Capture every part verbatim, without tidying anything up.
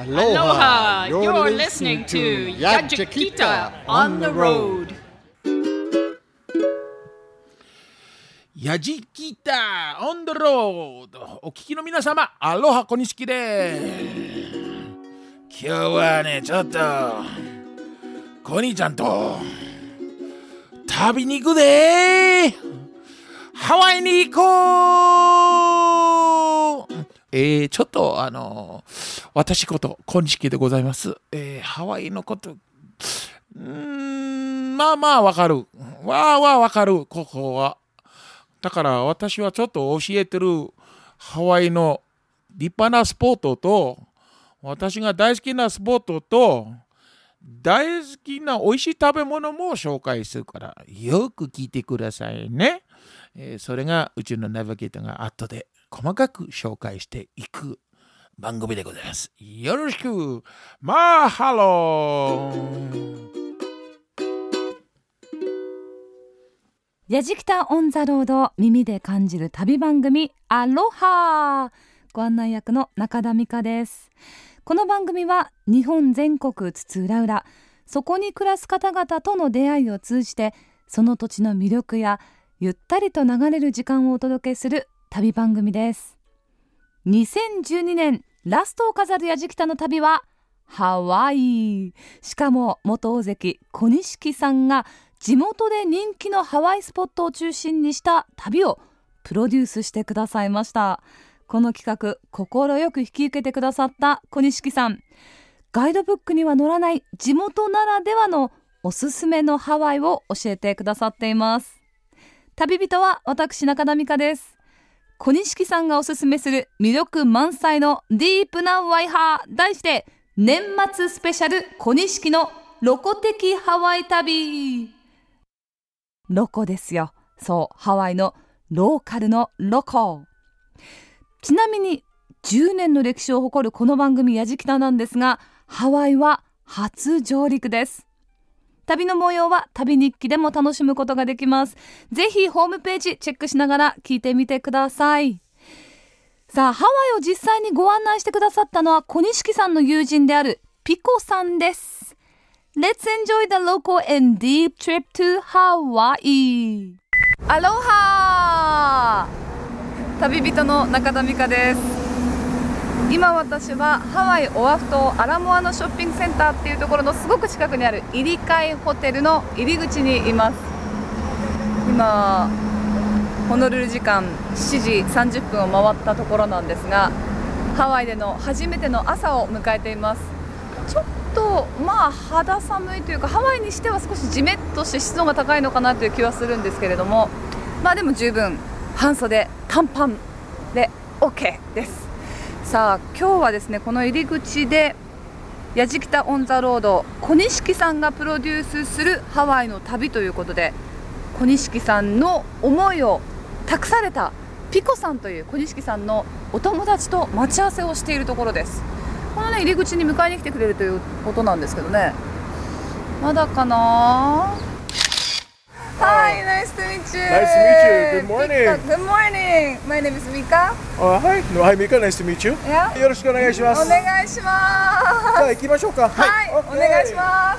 Aloha. You're, You're listening to Yajikita on the road. Yajikita on the road. お聞きの皆様、アロハ小錦です。今日はね、ちょっとコニーちゃんと旅に行くで。ハワイに行こう。えー、ちょっとあの私こと小錦でございます。えー、ハワイのことうーんまあまあわかるわあわあわかる。ここはだから私はちょっと教えてるハワイの立派なスポットと私が大好きなスポットと大好きな美味しい食べ物も紹介するからよく聞いてくださいね。えー、それがうちのナビゲーターが後で細かく紹介していく番組でございます。よろしく。まあハロー。 やじきたオンザロード、耳で感じる旅番組アロハ。ご案内役の中田美香です。この番組は日本全国津々浦々、そこに暮らす方々との出会いを通じてその土地の魅力やゆったりと流れる時間をお届けする旅番組です。にせんじゅうにねんラストを飾るやじきたの旅はハワイ。しかも元大関小錦さんが地元で人気のハワイスポットを中心にした旅をプロデュースしてくださいました。この企画心よく引き受けてくださった小錦さん、ガイドブックには載らない地元ならではのおすすめのハワイを教えてくださっています。旅人は私中田美香です。小錦さんがおすすめする魅力満載のディープなワイハー、題して年末スペシャル小錦のロコ的ハワイ旅。ロコですよ。そう、ハワイのローカルのロコ。ちなみにじゅうねんの歴史を誇るこの番組やじきたなんですが、ハワイは初上陸です。旅の模様は旅日記でも楽しむことができます。ぜひホームページチェックしながら聞いてみてください。さあ、ハワイを実際にご案内してくださったのは小錦さんの友人であるピコさんです。 Let's enjoy the local and deep trip to Hawaii。 アロハ。旅人の中田美香です。今私はハワイオアフ島アラモアのショッピングセンターっていうところのすごく近くにある入り替えホテルの入り口にいます。今ホノルル時間しちじさんじゅっぷんを回ったところなんですが、ハワイでの初めての朝を迎えています。ちょっとまあ肌寒いというか、ハワイにしては少しジメッとして湿度が高いのかなという気はするんですけれども、まあでも十分半袖短パンで OK です。さあ、今日はですね、この入り口でやじきたオンザロード、小錦さんがプロデュースするハワイの旅ということで、小錦さんの思いを託されたピコさんという小錦さんのお友達と待ち合わせをしているところです。このね、入り口に迎えに来てくれるということなんですけどね、まだかな。Hi, nice to meet you. Nice to meet you. Good morning. Good morning. My name is Mika. Uh, hi. No, hi, Mika. Nice to meet you. Yeah. よろしくお願いします。 お願いします。 じゃあ行きましょうか。 はい、 Okay. お願いします。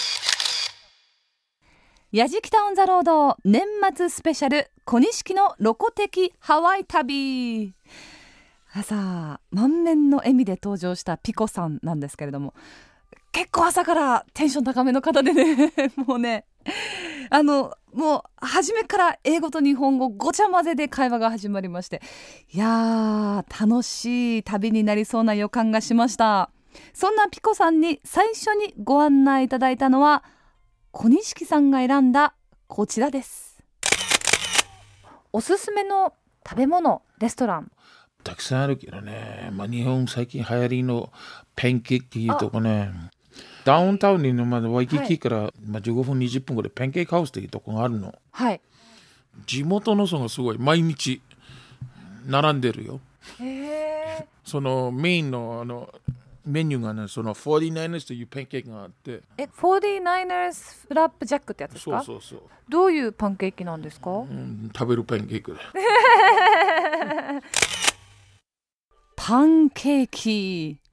やじきたオンザロード年末スペシャル小錦のロコ的ハワイ旅。朝満面の笑みで登場したピコさんなんですけれども、結構朝からテンション高めの方でねもうね、あのもう初めから英語と日本語ごちゃ混ぜで会話が始まりまして、いやー楽しい旅になりそうな予感がしました。そんなピコさんに最初にご案内いただいたのは小錦さんが選んだこちらです。おすすめの食べ物レストランたくさんあるけどね、まあ、日本最近流行りのペンケーキとかね、ダウンタウンにのまでワイキキから、はい、まあ、じゅうごふんにじゅっぷんぐらいペンケーキハウスというとこがあるの。 はい。 地元の人がすごい毎日並んでるよ。 へー。 そのメインのあのメニューがね、そのよんじゅうきゅうersというペンケーキがあって、 え、よんじゅうきゅうers フラップジャックってやつですか？ そうそうそう。 どういうパンケーキなんですか？ うん、食べるペンケーキだ。 パンケーキ、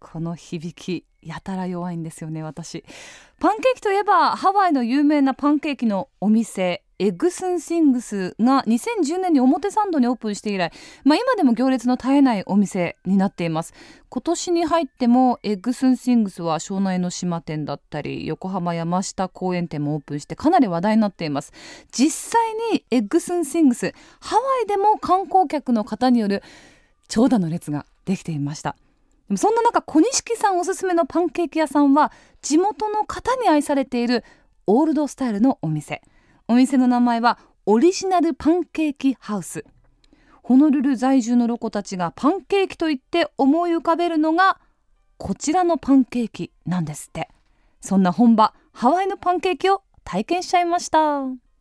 この響きやたら弱いんですよね私。パンケーキといえばハワイの有名なパンケーキのお店エッグスンシングスがにせんじゅうねんに表参道にオープンして以来、まあ、今でも行列の絶えないお店になっています。今年に入ってもエッグスンシングスは湘南江ノ島店だったり横浜山下公園店もオープンしてかなり話題になっています。実際にエッグスンシングスハワイでも観光客の方による長蛇の列ができていました。でもそんな中小錦さんおすすめのパンケーキ屋さんは地元の方に愛されているオールドスタイルのお店。お店の名前はオリジナルパンケーキハウス。ホノルル在住のロコたちがパンケーキと言って思い浮かべるのがこちらのパンケーキなんですって。そんな本場ハワイのパンケーキを体験しちゃいました。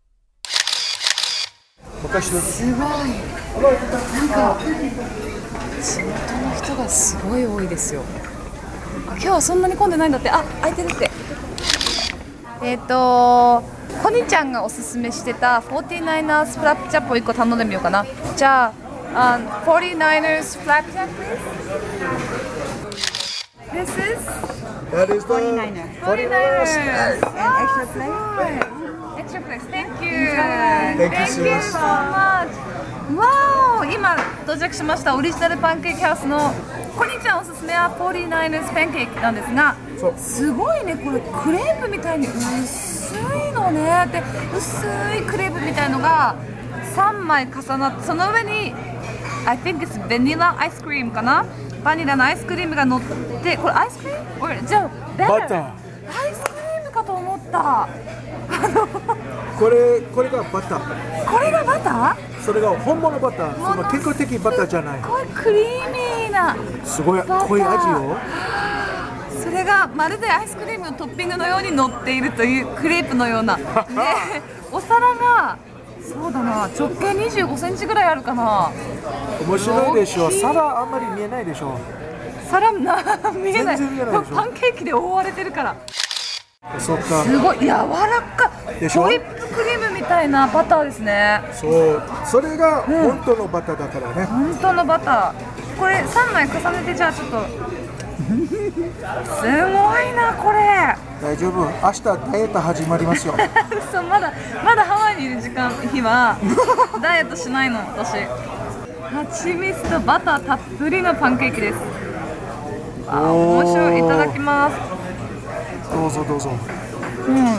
すごいなんか地元の人がすごい多いですよ。今日はそんなに混んでないんだって。あ、空いてるって。えっとコニちゃんがおすすめしてた フォーティーナイナーズ フラップチャップをいっこ頼んでみようかな。じゃあ、um, フォーティーナイナーズ フラップチャップ This is? That is the forty-niner. forty-niners. And extra plate. Extra place. Thank you. Thank you Thank you so much. わお、今到着しましたオリジナルパンケーキハウスのコニちゃんおすすめは フォーティーナイナーズ パンケーキなんですが、すごいね、これクレープみたいに薄いのね。で薄いクレープみたいのがさんまい重なって、その上に I think it's vanilla ice cream かな、バニラのアイスクリームが乗って、これアイスクリームじゃあバター。 アイスクリームかと思った。 これこれがバター。 これがバター？ それが本物バター。その健康的バターじゃない。 これクリーミーなすごい濃い味よ。 それがまるでアイスクリームのトッピングのように乗っているというクレープのようなでお皿がそうだな、直径にじゅうごセンチぐらいあるかな。 面白いでしょ。皿あんまり見えないでしょ。 皿な見えない。 全然見えないでしょ。 パンケーキで覆われてるから。 そうか。 すごい柔らかいでしょ。 ホイップクリームみたいなバターですね。 そうそれが本当のバターだからね、 うん、本当のバター。これさんまい重ねて、じゃあちょっとすごいなこれ。 大丈夫、明日ダイエット始まりますよ。 そうまだまだハワイにいる時間日はダイエットしないの私。蜂蜜とバターたっぷりのパンケーキです。あ、面白い。いただきます。 どうぞどうぞ。 うんうん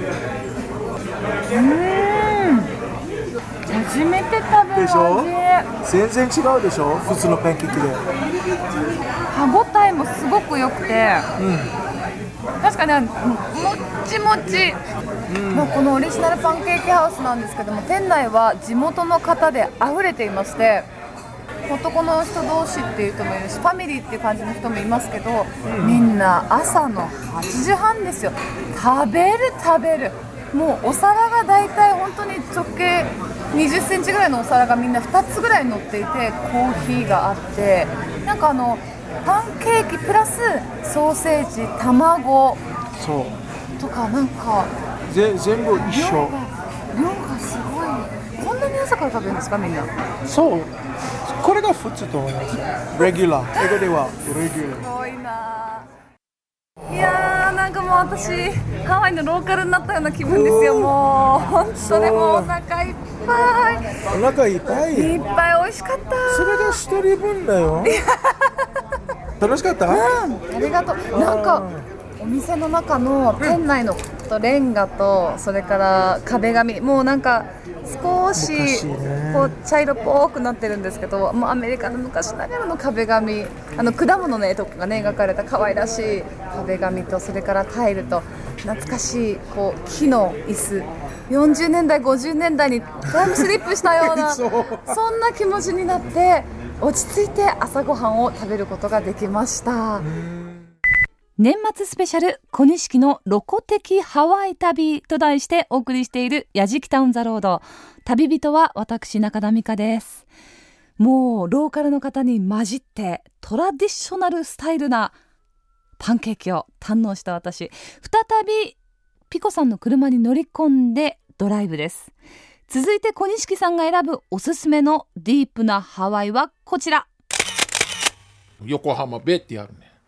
初めて食べる味でしょ。全然違うでしょ、普通のパンケーキで。 歯ごたえもすごく良くて、うん、確かにもっちもち、うんまあ、このオリジナルパンケーキハウスなんですけども、店内は地元の方で溢れていまして、男の人同士っていう人もいるし、ファミリーっていう感じの人もいますけど、うん、みんな朝のはちじはんですよ。食べる食べる。もうお皿がだいたい本当に直径にじゅっセンチぐらいのお皿がみんなふたつぐらい乗っていて、コーヒーがあって、なんかあのパンケーキプラスソーセージ、卵そうとかなんかぜ全部一緒。 量が、量がすごい。こんなに朝から食べるんですかみんな。 そうこれが普通と思いますよ。レギュラー英語ではレギュラー。 すごいな。いやーなんかもう私ハワイのローカルになったような気分ですよ。もう本当にもうお腹いっぱい。 お腹いっぱいいっぱい美味しかった。 それが一人分だよ。楽しかった？ うん、ありがとう。なんかお店の中の店内のレンガとそれから壁紙、もうなんか少しこう茶色っぽくなってるんですけど、もうアメリカの昔ながらの壁紙、あの果物の絵とかがね描かれた可愛らしい壁紙と、それからタイルと懐かしいこう木の椅子、よんじゅうねんだいごじゅうねんだいにタイムスリップしたようなそんな気持ちになって落ち着いて朝ごはんを食べることができました。年末スペシャル小錦のロコ的ハワイ旅と題してお送りしているやじきたオンザロード。旅人は私中田美香です。もうローカルの方に混じってトラディショナルスタイルなパンケーキを堪能した私、再びピコさんの車に乗り込んでドライブです。続いて小錦さんが選ぶおすすめのディープなハワイはこちら。 横浜ベってやるね。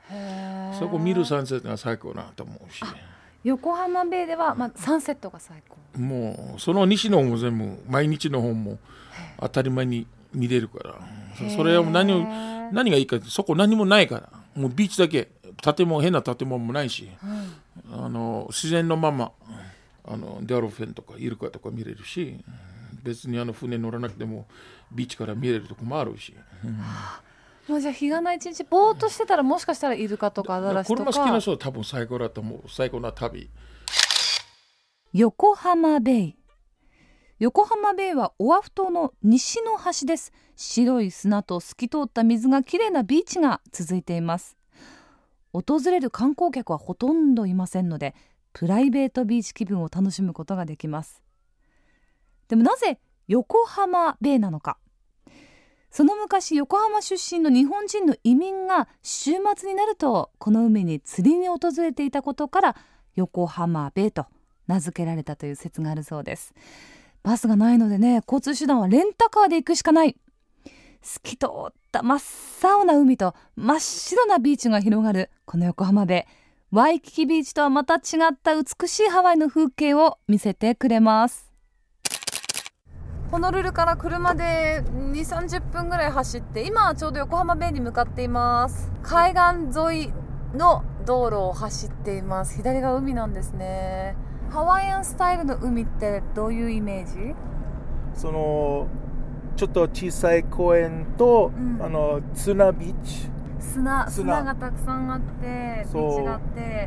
そこ見るサンセットが最高なと思うし、 横浜ベイでは、まあ、サンセットが最高。 もうその西の方も全部毎日の方も当たり前に見れるから、それは何を何がいいかって、そこ何もないから、もうビーチだけ、建物変な建物もないし、うん、あの自然のままあのデアロフェンとかイルカとか見れるし、別にあの船乗らなくてもビーチから見れるとこもあるし、うん、 もうじゃあ日がない一日ぼーっとしてたら、もしかしたらイルカとかアザラシとか。 車好きな人は多分最高だと思う。最高な旅。 横浜ベイ。横浜ベイはオアフ島の西の端です。白い砂と透き通った水がきれいなビーチが続いています。訪れる観光客はほとんどいませんので、プライベートビーチ気分を楽しむことができます。でもなぜ横浜ベイなのか。その昔、横浜出身の日本人の移民が週末になるとこの海に釣りに訪れていたことから、横浜ベイと名付けられたという説があるそうです。バスがないのでね、交通手段はレンタカーで行くしかない。透き通った真っ青な海と真っ白なビーチが広がるこの横浜ベイ。ワイキキビーチとはまた違った美しいハワイの風景を見せてくれます。ホノルルから車でにじゅうさんじゅっぷんぐらい走って、今はちょうど横浜ベイに向かっています。海岸沿いの道路を走っています。左が海なんですね。ハワイアンスタイルの海ってどういうイメージ？ そのちょっと小さい公園と、うん、あの砂ビーチ砂, 砂がたくさんあって、ビーチがあって、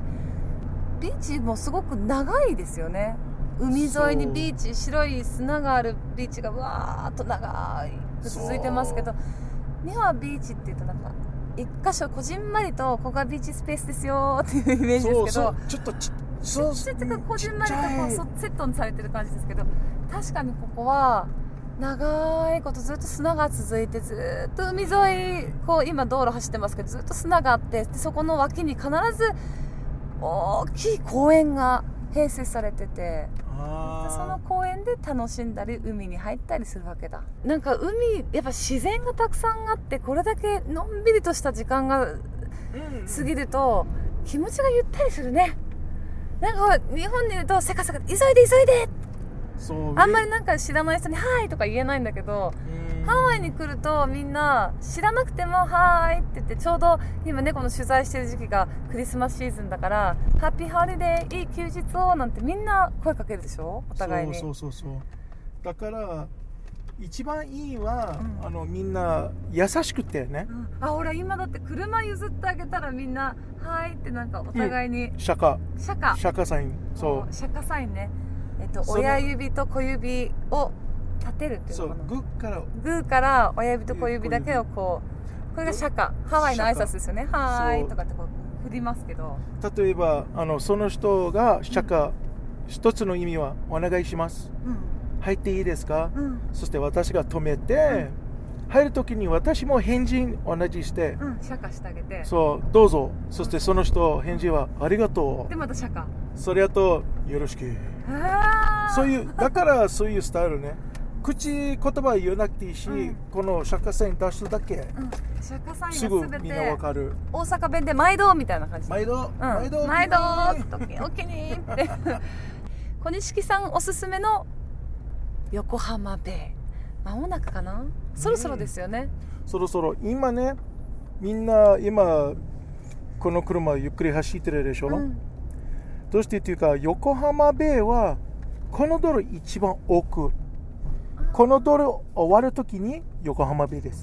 ビーチもすごく長いですよね。海沿いにビーチ、白い砂があるビーチがわーっと長く続いてますけど、日本はビーチっていうとなんか一箇所こじんまりと、ここがビーチスペースですよっていうイメージですけど、そうそうちょっとちそうちっちゃくこじんまりとこうセットにされてる感じですけど、確かにここは長いことずっと砂が続いて、ずっと海沿い、こう今道路走ってますけど、ずっと砂があって、でそこの脇に必ず大きい公園が併設されてて、その公園で楽しんだり海に入ったりするわけだ。なんか海、やっぱ自然がたくさんあって、これだけのんびりとした時間が過ぎると気持ちがゆったりするね。なんか日本にいるとせかせか急いで急いで、あんまりなんか知らない人にはいとか言えないんだけど、ハワイに来るとみんな知らなくてもはいって言って、ちょうど今ねこの取材してる時期がクリスマスシーズンだから、ハッピーホリデー、いい休日をなんてみんな声かけるでしょ、お互いに。 そうそうそうそう。だから一番いいは、うん、あのみんな優しくてね、うん、 あ、俺今だって車譲ってあげたらみんなはいってなんかお互いに、 うん、シャカシャカシャカサイン、そうシャカサインね、えっと親指と小指を立てるっていうのかな。 そう、グーからグーから親指と小指だけをこう、これがシャカ、ハワイの挨拶ですよね。はーいとかってこう振りますけど、 例えばあのその人がシャカ、うん、一つの意味はお願いします、うん、入っていいですか、うん、そして私が止めて、うん、入るときに私も返事同じして、 うん、シャカしてあげて、 そうどうぞ、そしてその人返事はありがとう、 でまたシャカ、 それあとよろしく、そういうだからそういうスタイルね。口言葉言わなくていいし、うん、このシャカサイン出すだけ、うん、 シャカサインがすぐみんなわかる。 大阪弁で毎度みたいな感じ。 毎度、うん、毎度毎度お気にって小錦さんおすすめの横浜ベイ、間もなくかな、そろそろですよね、 うん、そろそろ今ね、みんな今この車ゆっくり走ってるでしょ、うん、どうしてっていうか、横浜ベイはこの道路一番奥、この道路終わるときに横浜ベイです。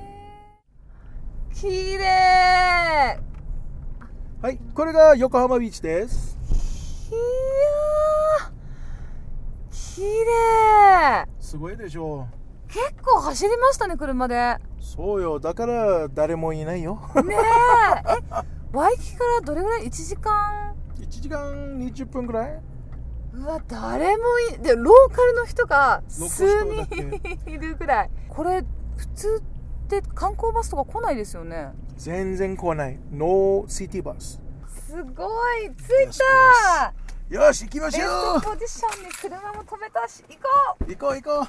きれい。 はい、これが横浜ビーチです。 いやー、きれい。 すごいでしょう。 結構走りましたね、車で。 そうよ、だから誰もいないよ。 ねえ、え、ワイキキからどれぐらい？いちじかん？ いちじかんにじゅっぷんぐらい？ うわ、誰もいで、ローカルの人が数人いるぐらい。これ普通って観光バスとか来ないですよね。 全然来ない。ノーシティバス。 すごい、着いた。 よし、行きましょう。 ベストポジションに車も止めたし、行こう行こう行こう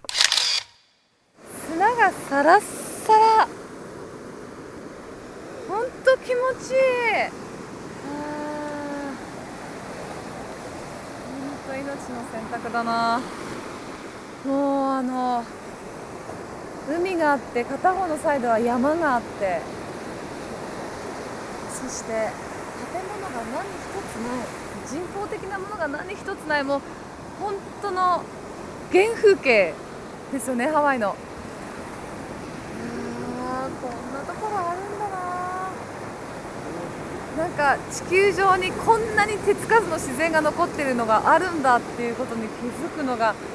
砂がサラッサラ。 ほんと気持ちいい。あほんと命の選択だな。もうあの海があって、片方のサイドは山があって、そして建物が何一つない、人工的なものが何一つない、もう本当の原風景ですよね、ハワイの。あこんなところあるんだな。なんか地球上にこんなに手つかずの自然が残っているのがあるんだっていうことに気づくのが、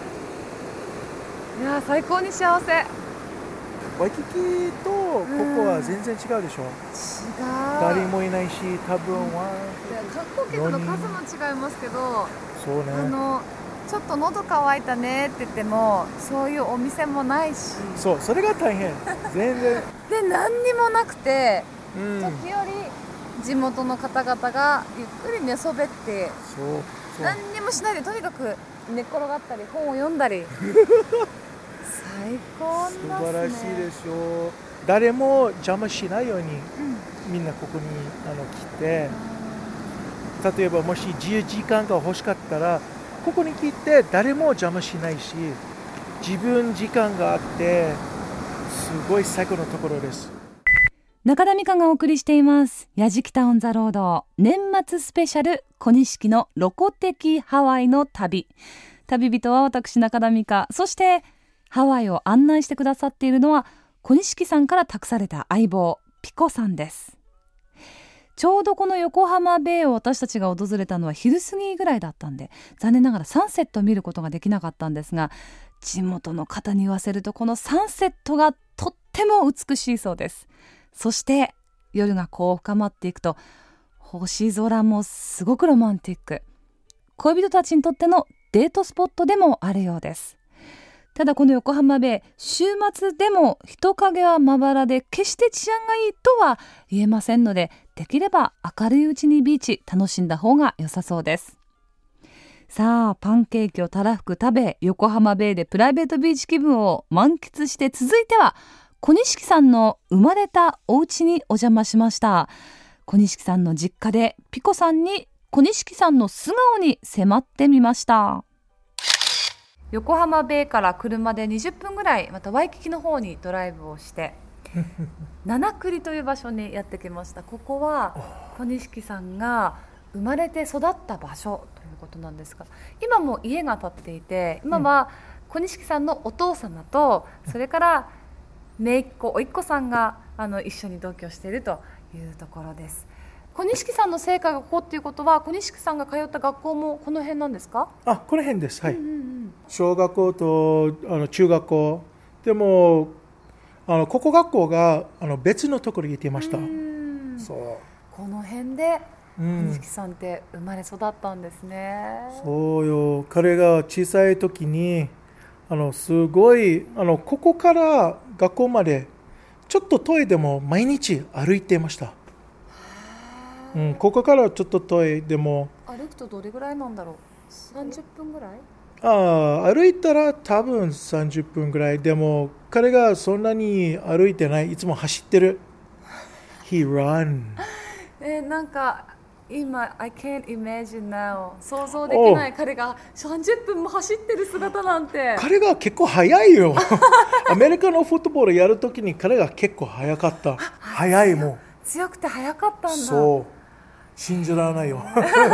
いや最高に幸せ。 ワイキキとここは全然違うでしょ。違う。誰もいないし、多分は観光客の数も違いますけど、 そうね。 あのちょっと喉乾いたねって言ってもそういうお店もないし、 そう、それが大変。全然で何にもなくて、 うん、 時折地元の方々がゆっくり寝そべって、 そうそう何にもしないでとにかく寝っ転がったり本を読んだり最高ですね。 素晴らしいでしょう。誰も邪魔しないように、うん、みんなここにあの来て、例えばもし自由時間が欲しかったらここに来て誰も邪魔しないし、自分時間があってすごい最高のところです。 中田美香がお送りしていますやじきたオンザロード年末スペシャル小錦のロコ的ハワイの旅。旅人は私中田美香、そしてハワイを案内してくださっているのは小錦さんから託された相棒ピコさんです。ちょうどこの横浜ベイを私たちが訪れたのは昼過ぎぐらいだったんで、残念ながらサンセットを見ることができなかったんですが、地元の方に言わせるとこのサンセットがとっても美しいそうです。そして夜がこう深まっていくと星空もすごくロマンティック、恋人たちにとってのデートスポットでもあるようです。ただこの横浜ベイ、週末でも人影はまばらで決して治安がいいとは言えませんので、できれば明るいうちにビーチ楽しんだ方が良さそうです。さあパンケーキをたらふく食べ、横浜ベイでプライベートビーチ気分を満喫して、続いては小錦さんの生まれたお家にお邪魔しました。小錦さんの実家でピコさんに小錦さんの素顔に迫ってみました。横浜ベイから車でにじゅっぷんぐらい、またワイキキの方にドライブをして七栗という場所にやってきました。ここは小錦さんが生まれて育った場所ということなんですが、今も家が建っていて、今は小錦さんのお父様とそれから姪っ子、甥っ子さんがあの一緒に同居しているというところです。小錦さんの生家がここっていうことは、小錦さんが通った学校もこの辺なんですか？ あ、この辺です。はい。 うんうんうん、 小学校とあの中学校でもあのここ学校があの別のところに行っていました。うんそうこの辺で小錦さんって生まれ育ったんですね。 うん、そうよ。彼が小さい時にあのすごいあのここから学校までちょっと遠いでも毎日歩いていました。うん、ここからちょっと遠いでも歩くとどれぐらいなんだろう。さんじゅっぷんぐらい。 ああ歩いたら多分さんじゅっぷんぐらいでも、彼がそんなに歩いてない、いつも走ってる。He run えー、なんか今 I can't imagine now、 想像できない。彼がさんじゅっぷんも走ってる姿なんて。 彼が結構速いよアメリカのフットボールやるときに彼が結構速かった。速いもん、 強くて速かったんだ。 そう信じられないよ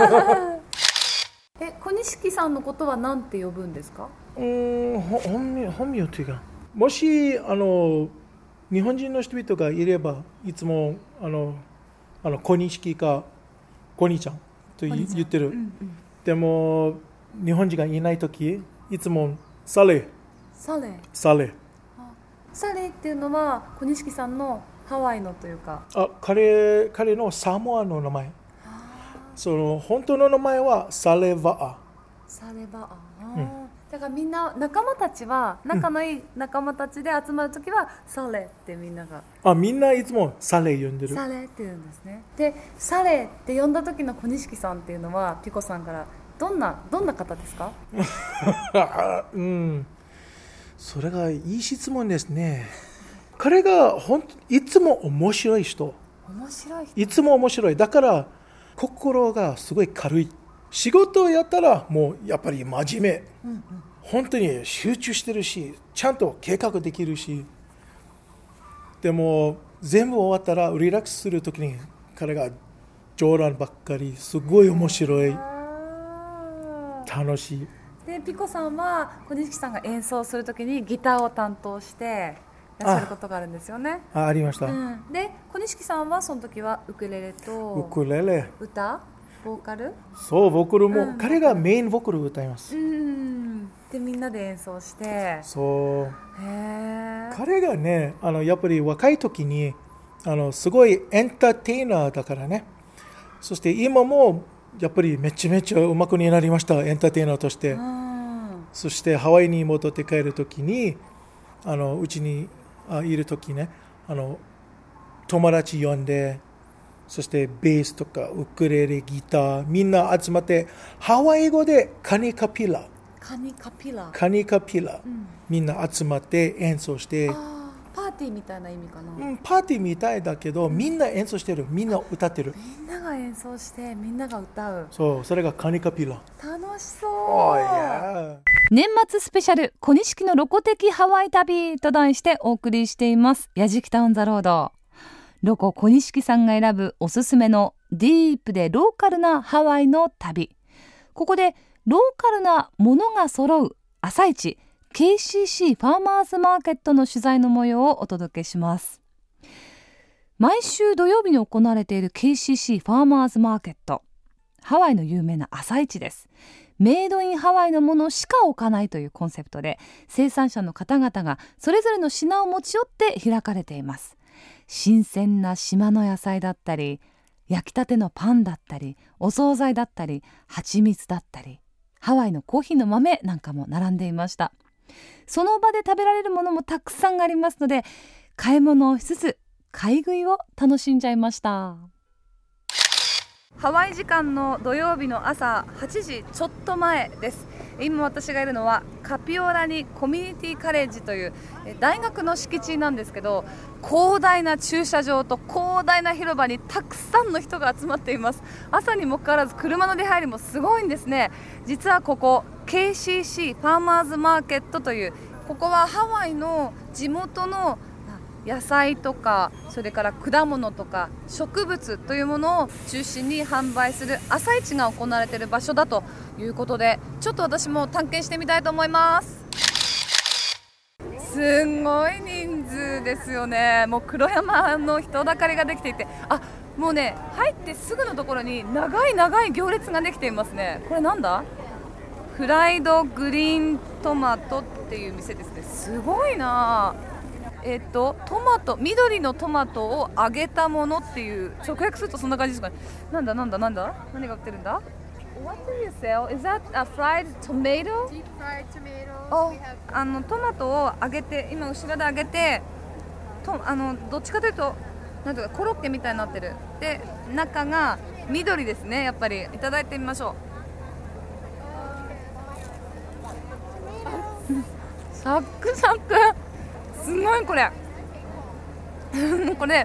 え、小錦さんのことは何て呼ぶんですか？ うーん、本名、本名というか、もしあの日本人の人々がいればいつもあのあの小錦か小兄ちゃんと言ってる、うんうん、でも日本人がいないときいつもサレサレサレサレっていうのは小錦さんのハワイのというか、 あ 彼, 彼のサモアの名前。その本当の名前はサレバア。 サレバア、うん、だからみんな仲間たちは仲のいい仲間たちで集まるときはサレってみんなが、 あ、みんないつもサレ呼んでる。 サレって言うんですね。でサレって呼んだ時の小錦さんっていうのはピコさんからどんなどんな方ですか？ うん、それがいい質問ですね。彼がほんいつも面白い人。 面白い人。 いつも面白い。だから心がすごい軽い。仕事をやったらもうやっぱり真面目、うんうん、本当に集中してるし、ちゃんと計画できるし、でも全部終わったらリラックスするときに彼が冗談ばっかり、すごい面白い、楽しい。 でピコさんは小錦さんが演奏するときにギターを担当していらっしゃることがあるんですよね。 あ、ありました、 うん、で小錦さんはその時はウクレレとウクレレ、 歌、ボーカル、 そうボーカルも、 うん、 彼がメインボーカルを歌います、 うん、でみんなで演奏して、 そうへ彼がね、あのやっぱり若い時にあのすごいエンターテイナーだからね。そして今もやっぱりめちゃめちゃうまくになりました、エンターテイナーとして、うん、そしてハワイに戻って帰る時にあのうちにあいる時ね、あの友達呼んで、そしてベースとかウクレレ、ギターみんな集まってハワイ語でカニカピラカニカピラカニカピラ、うん、みんな集まって演奏して、 あパーティーみたいな意味かな、 うん、パーティーみたいだけどみんな演奏してる、みんな歌ってる、 みんなが演奏してみんなが歌う、 そう、それがカニカピラ。 楽しそう、 oh, yeah. 年末スペシャル小錦のロコ的ハワイ旅と題してお送りしていますやじきたオンザロード。ロコ小錦さんが選ぶおすすめのディープでローカルなハワイの旅。ここでローカルなものが揃う朝市 ケーシーシー ファーマーズマーケットの取材の模様をお届けします。毎週土曜日に行われている ケーシーシー ファーマーズマーケット、ハワイの有名な朝市です。メイドインハワイのものしか置かないというコンセプトで、生産者の方々がそれぞれの品を持ち寄って開かれています。新鮮な島の野菜だったり、焼きたてのパンだったり、お惣菜だったり、蜂蜜だったり、ハワイのコーヒーの豆なんかも並んでいました。その場で食べられるものもたくさんありますので、買い物をしつつ買い食いを楽しんじゃいました。ハワイ時間の土曜日の朝はちじちょっと前です。今私がいるのはカピオラニコミュニティカレッジという大学の敷地なんですけど、広大な駐車場と広大な広場にたくさんの人が集まっています。朝にもかかわらず車の出入りもすごいんですね。実はここ ケーシーシー ファーマーズマーケットという、ここはハワイの地元の野菜とか、それから果物とか植物というものを中心に販売する朝市が行われている場所だということで、ちょっと私も探検してみたいと思います。すんごい人数ですよね。もう黒山の人だかりができていて、あ、もうね、入ってすぐのところに長い長い行列ができていますね。これなんだ？フライドグリーントマトっていう店ですね。すごいな。えっと、トマト、緑のトマトを揚げたものっていう、直訳するとそんな感じですかね。なんだなんだなんだ、何が売ってるんだ。 What do you sell? Is that a fried tomato? Deep fried tomatoes. あ、あのトマトを揚げて、今後ろで揚げてと、あのどっちかというとなんていうかコロッケみたいになってる。で、中が緑ですね。やっぱりいただいてみましょう。サクサク、すごいこれこれ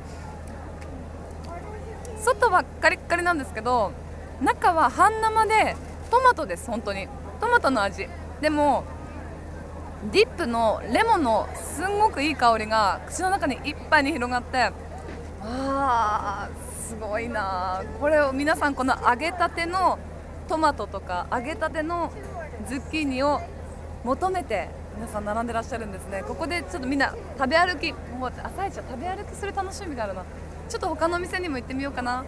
外はカリッカリなんですけど、中は半生でトマトです。本当にトマトの味でも、ディップのレモンのすんごくいい香りが口の中にいっぱいに広がって、あーすごいな。これを皆さんこの揚げたてのトマトとか揚げたてのズッキーニを求めて皆さん並んでらっしゃるんですね。ここでちょっとみんな食べ歩き、もう朝一は食べ歩きする楽しみがあるな。ちょっと他の店にも行ってみようかな。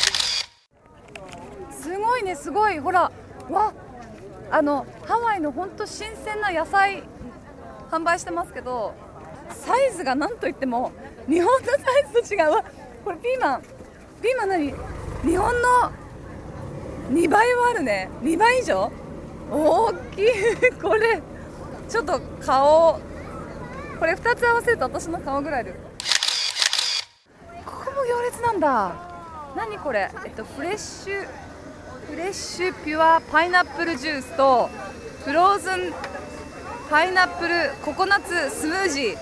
すごいね、すごい、ほら、わ、あのハワイの本当新鮮な野菜販売してますけど、サイズがなんといっても日本のサイズと違う。わ、これピーマン、ピーマン何、日本のにばいはあるね。にばい以上大きいこれちょっと顔、これふたつ合わせると私の顔ぐらいある。ここも行列なんだ。何これ、えっとフレッシュフレッシュピュアパイナップルジュースとフローズンパイナップルココナッツスムージー。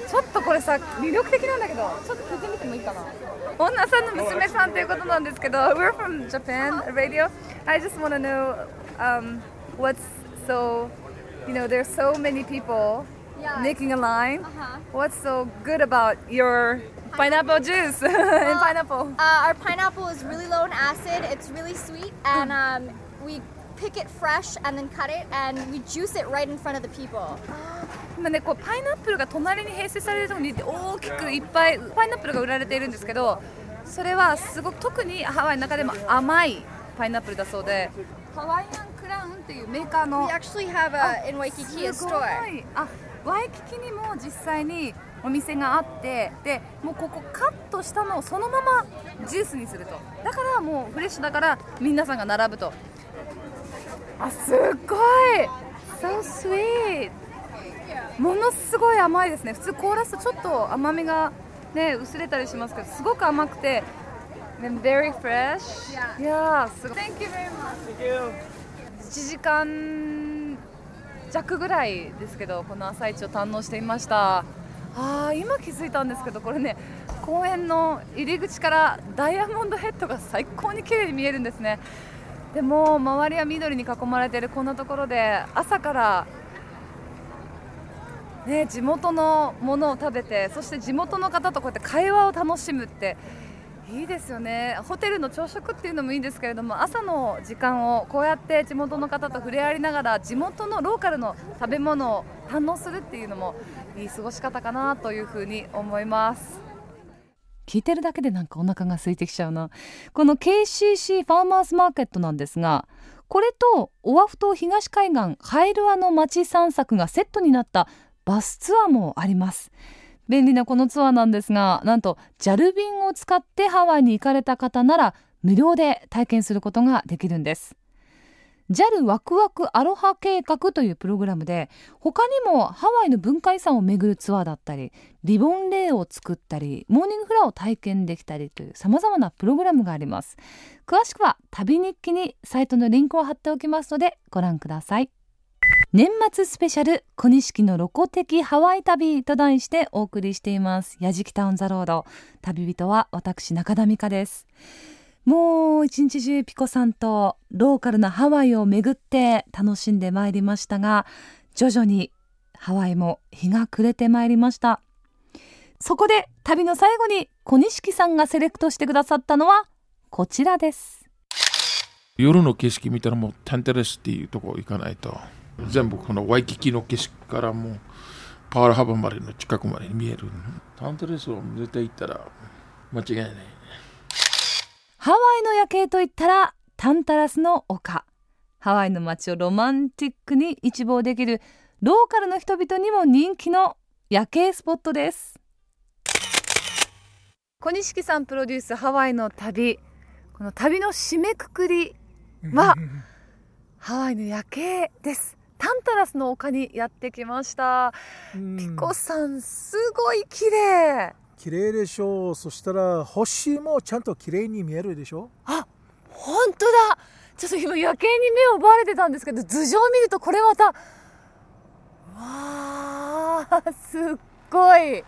ちょっとこれさ魅力的なんだけど、ちょっと聞いてみてもいいかな。女さんの娘さんということなんですけど、 We're from Japan radio. I just want to know、um, what's so, you know, there's so many people Yeah. making a line. Uh-huh. What's so good about your pineapple juice and Well, pineapple? Uh, our pineapple is really low in acid. It's really sweet, and um, we pick it fresh and then cut it, and we juice it right in front of the people. 今ね、こうパイナップルが隣に併設されるところに大きくいっぱいパイナップルが売られているんですけど、それはすごく特にハワイの中でも甘いパイナップルだそうで、ハワイアンクラウンっていうメーカーの We actually have a in Waikiki a すご store. い、あ、ワイキキにも実際にお店があって、でもうここカットしたのをそのままジュースにすると、だからもうフレッシュだから皆さんが並ぶと。あ、すっごい So sweet。 ものすごい甘いですね。普通凍らすとちょっと甘みがね薄れたりしますけど、すごく甘くて And very fresh。 いやー、すごい。 Thank you very much。 いちじかん弱ぐらいですけど、この朝市を堪能していました。あー、今気づいたんですけど、これね、公園の入り口からダイヤモンドヘッドが最高に綺麗に見えるんですね。でも周りは緑に囲まれているこんなところで、朝からね、地元のものを食べて、そして地元の方とこうやって会話を楽しむっていいですよね。ホテルの朝食っていうのもいいですけれども、朝の時間をこうやって地元の方と触れ合いながら地元のローカルの食べ物を堪能するっていうのもいい過ごし方かなというふうに思います。聞いてるだけでなんかお腹が空いてきちゃうな。この ケーシーシー ファーマーズマーケットなんですが、これとオアフ島東海岸カイルアの街散策がセットになったバスツアーもあります。便利なこのツアーなんですが、なんと ジャル 便を使ってハワイに行かれた方なら無料で体験することができるんです。 ジャル ワクワクアロハ計画というプログラムで、他にもハワイの文化遺産を巡るツアーだったり、リボンレイを作ったり、モーニングフラを体験できたりという様々なプログラムがあります。詳しくは旅日記にサイトのリンクを貼っておきますのでご覧ください。年末スペシャル小錦のロコ的ハワイ旅と題してお送りしています。やじきたオンザロード。旅人は私中田美香です。もう一日中ピコさんとローカルなハワイを巡って楽しんでまいりましたが、徐々にハワイも日が暮れてまいりました。そこで旅の最後に小錦さんがセレクトしてくださったのはこちらです。 夜の景色見たらもうタンテレスっていうところ行かないと、全部このワイキキの景色からもうパールハバまでの近くまで見える。タンテレスを絶対行ったら間違いない。 ハワイの夜景といったらタンタラスの丘。ハワイの街をロマンティックに一望できるローカルの人々にも人気の夜景スポットです。小錦さんプロデュースハワイの旅、この旅の締めくくりはハワイの夜景です。タンタラスの丘にやってきました。ピコさん、すごい綺麗。 綺麗でしょう。そしたら星もちゃんと綺麗に見えるでしょ。 あ、本当だ。ちょっと今夜景に目を奪われてたんですけど、頭上を見るとこれまた、わー、すっごい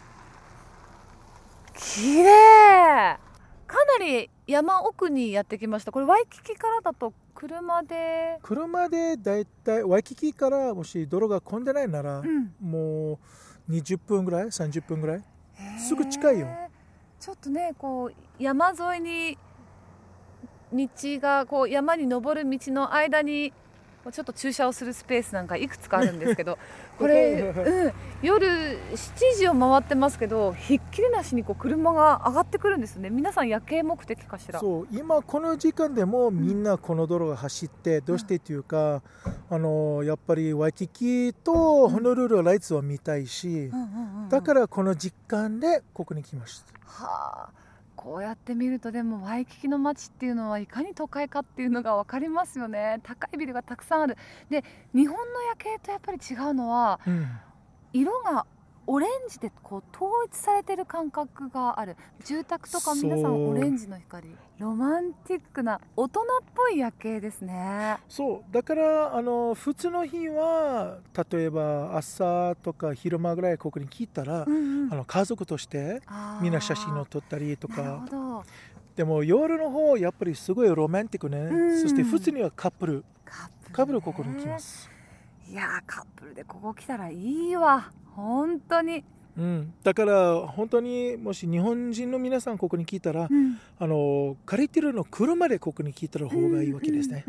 綺麗。かなり山奥にやってきました。これワイキキからだと車で車でだいたいワイキキからもし道路が混んでないなら、うん、もうにじゅっぷんぐらいさんじゅっぷんぐらい、すぐ近いよ。 ちょっとね、こう山沿いに道がこう山に登る道の間にちょっと駐車をするスペースなんかいくつかあるんですけどこれ、うん、夜しちじを回ってますけど、ひっきりなしにこう車が上がってくるんですね。皆さん夜景目的かしら。 そう、今この時間でもみんなこの道路が走って、うん、どうしてっていうか、あのやっぱりワイキキとホノルルライツを見たいし、だからこの時間でここに来ました。 はあ、こうやって見るとでもワイキキの街っていうのはいかに都会かっていうのが分かりますよね。高いビルがたくさんある。で、日本の夜景とやっぱり違うのは、うん、色がオレンジでこう統一されてる感覚がある。住宅とか皆さんオレンジの光、ロマンティックな大人っぽい夜景ですね。 そうだからあの普通の日は例えば朝とか昼間ぐらいここに来たら、うんうん、あの家族としてみんな写真を撮ったりとか。なるほど。でも夜の方やっぱりすごいロマンティックね、うん、そして普通にはカップルカップル、ね、カップルここに来ます。 いやカップルでここ来たらいいわ本当に、 うん、だから本当にもし日本人の皆さんここに来たら、うん、あの借りてるの車でここに来たら方がいいわけですね。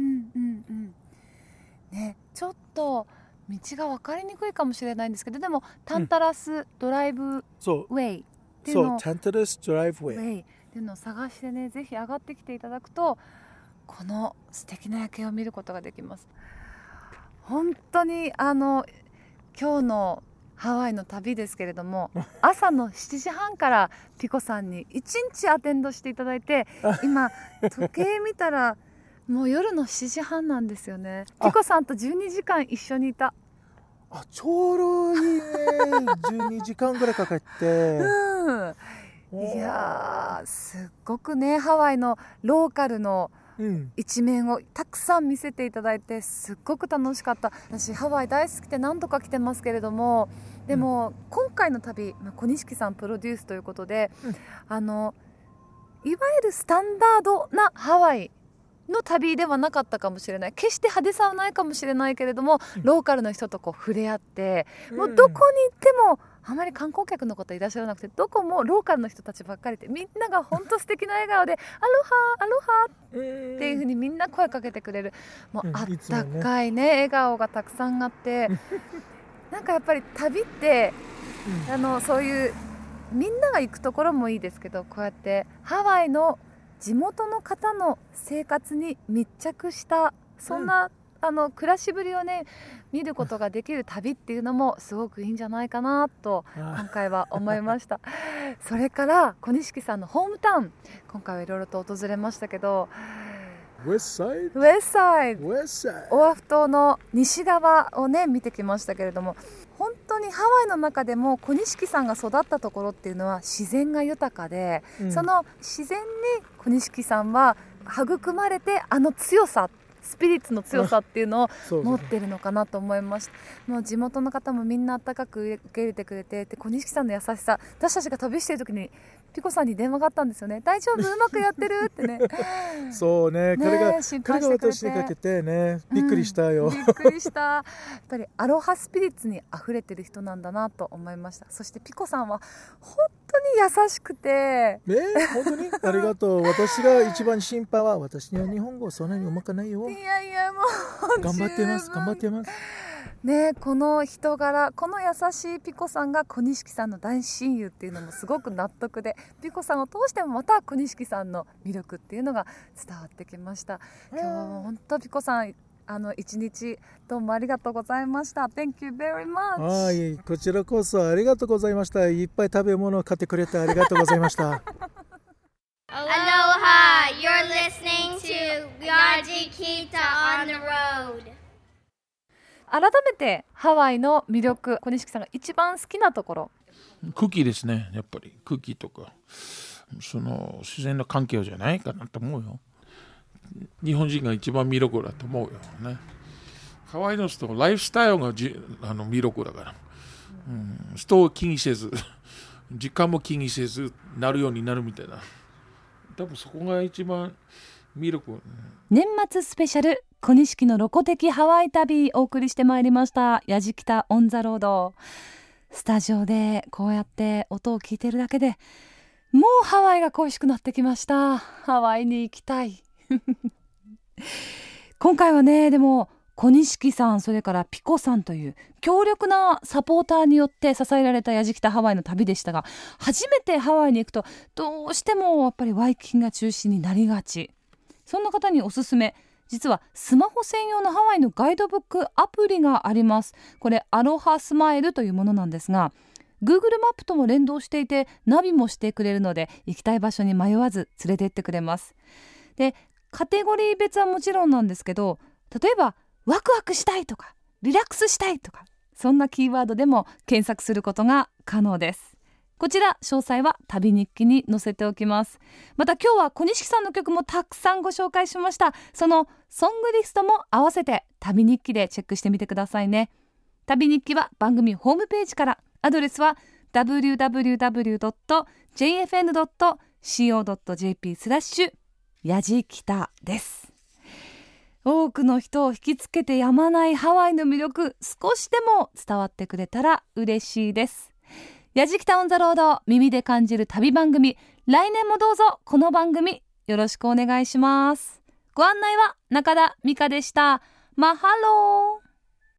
ね、ちょっと道が分かりにくいかもしれないんですけど、でもタンタラスドライブウェイっていうのを、 そう、タンタラスドライブウェイっていうのを探してね、ぜひ上がってきていただくとこの素敵な夜景を見ることができます。本当にあの今日のハワイの旅ですけれども朝のしちじはんからピコさんにいちにちアテンドしていただいて、今時計見たらもう夜のしちじはんなんですよね。ピコさんとじゅうにじかん一緒にいた。 あ、ちょうどいいねじゅうにじかんぐらいかかって、うん、 いやーすっごくねハワイのローカルの一面をたくさん見せていただいてすっごく楽しかった。私ハワイ大好きで何度か来てますけれども、でも、うん、今回の旅、まあ、小錦さんプロデュースということで、うん、あのいわゆるスタンダードなハワイの旅ではなかったかもしれない。決して派手さはないかもしれないけれども、うん、ローカルの人とこう触れ合って、うん、もうどこに行ってもあまり観光客の方いらっしゃらなくて、どこもローカルの人たちばっかりで、みんなが本当素敵な笑顔でアロハアロハっていう風にみんな声かけてくれる、もうあったかいね笑顔がたくさんあってなんかやっぱり旅って、うん、あのそういうみんなが行くところもいいですけど、こうやってハワイの地元の方の生活に密着したそんな、うん、あの暮らしぶりをね見ることができる旅っていうのもすごくいいんじゃないかなと今回は思いましたそれから小錦さんのホームタウン、今回はいろいろと訪れましたけど、 ウェストサイド、 ウェストサイド、オアフ島の西側をね見てきましたけれども、本当にハワイの中でも小錦さんが育ったところっていうのは自然が豊かで、うん、その自然に小錦さんは育まれて、あの強さ、スピリッツの強さっていうのを持ってるのかなと思いました。もう地元の方もみんな温かく受け入れてくれて、で小錦さんの優しさ、私たちが旅してる時にピコさんに電話があったんですよね。大丈夫、うまくやってるってねそうね、彼が彼が私にかけてね、びっくりしたよ、うん、 びっくりしたやっぱりアロハスピリッツに溢れてる人なんだなと思いました。そしてピコさんは本当に優しくて、 ね、本当にありがとう私が一番心配は、私には日本語そんなにうまくないよ。 いやいやもう頑張ってます頑張ってますね、この人柄、この優しいピコさんが小錦さんの大親友っていうのもすごく納得で、ピコさんを通してもまた小錦さんの魅力っていうのが伝わってきました。今日はもう本当ピコさん、あの一日どうもありがとうございました。 Thank you very much。 はい、こちらこそありがとうございました。いっぱい食べ物を買ってくれてありがとうございました Aloha! You're listening to Yajikita on the road. 改めてハワイの魅力、小錦さんが一番好きなところ。 空気ですね。やっぱり空気とかその自然の環境じゃないかなと思うよ。日本人が一番魅力だと思うよね。ハワイの人ライフスタイルがじあの魅力だから、うん、人を気にせず時間も気にせずなるようになるみたいな、多分そこが一番魅力。 年末スペシャル小錦のロコ的ハワイ旅お送りしてまいりました。やじきたオンザロード。スタジオでこうやって音を聞いてるだけでもうハワイが恋しくなってきました。ハワイに行きたい今回はね、でも小錦さん、それからピコさんという強力なサポーターによって支えられたやじきたハワイの旅でしたが、初めてハワイに行くとどうしてもやっぱりワイキキが中心になりがち。そんな方におすすめ、実はスマホ専用のハワイのガイドブックアプリがあります。これアロハスマイルというものなんですが、 Google マップとも連動していてナビもしてくれるので、行きたい場所に迷わず連れて行ってくれます。で、カテゴリー別はもちろんなんですけど、例えばワクワクしたいとかリラックスしたいとか、 そんなキーワードでも検索することが可能です。こちら詳細は旅日記に載せておきます。また今日は小西さんの曲もたくさんご紹介しました。そのソングリストも合わせて旅日記でチェックしてみてくださいね。旅日記は番組ホームページから、アドレスは ダブリューダブリューダブリュードットジェイエフエヌドットシーオードットジェーピー スラッシュやじきたです。多くの人を引きつけてやまないハワイの魅力、少しでも伝わってくれたら嬉しいです。やじきたオンザロード、耳で感じる旅番組、来年もどうぞこの番組よろしくお願いします。ご案内は中田美香でした。マハロー。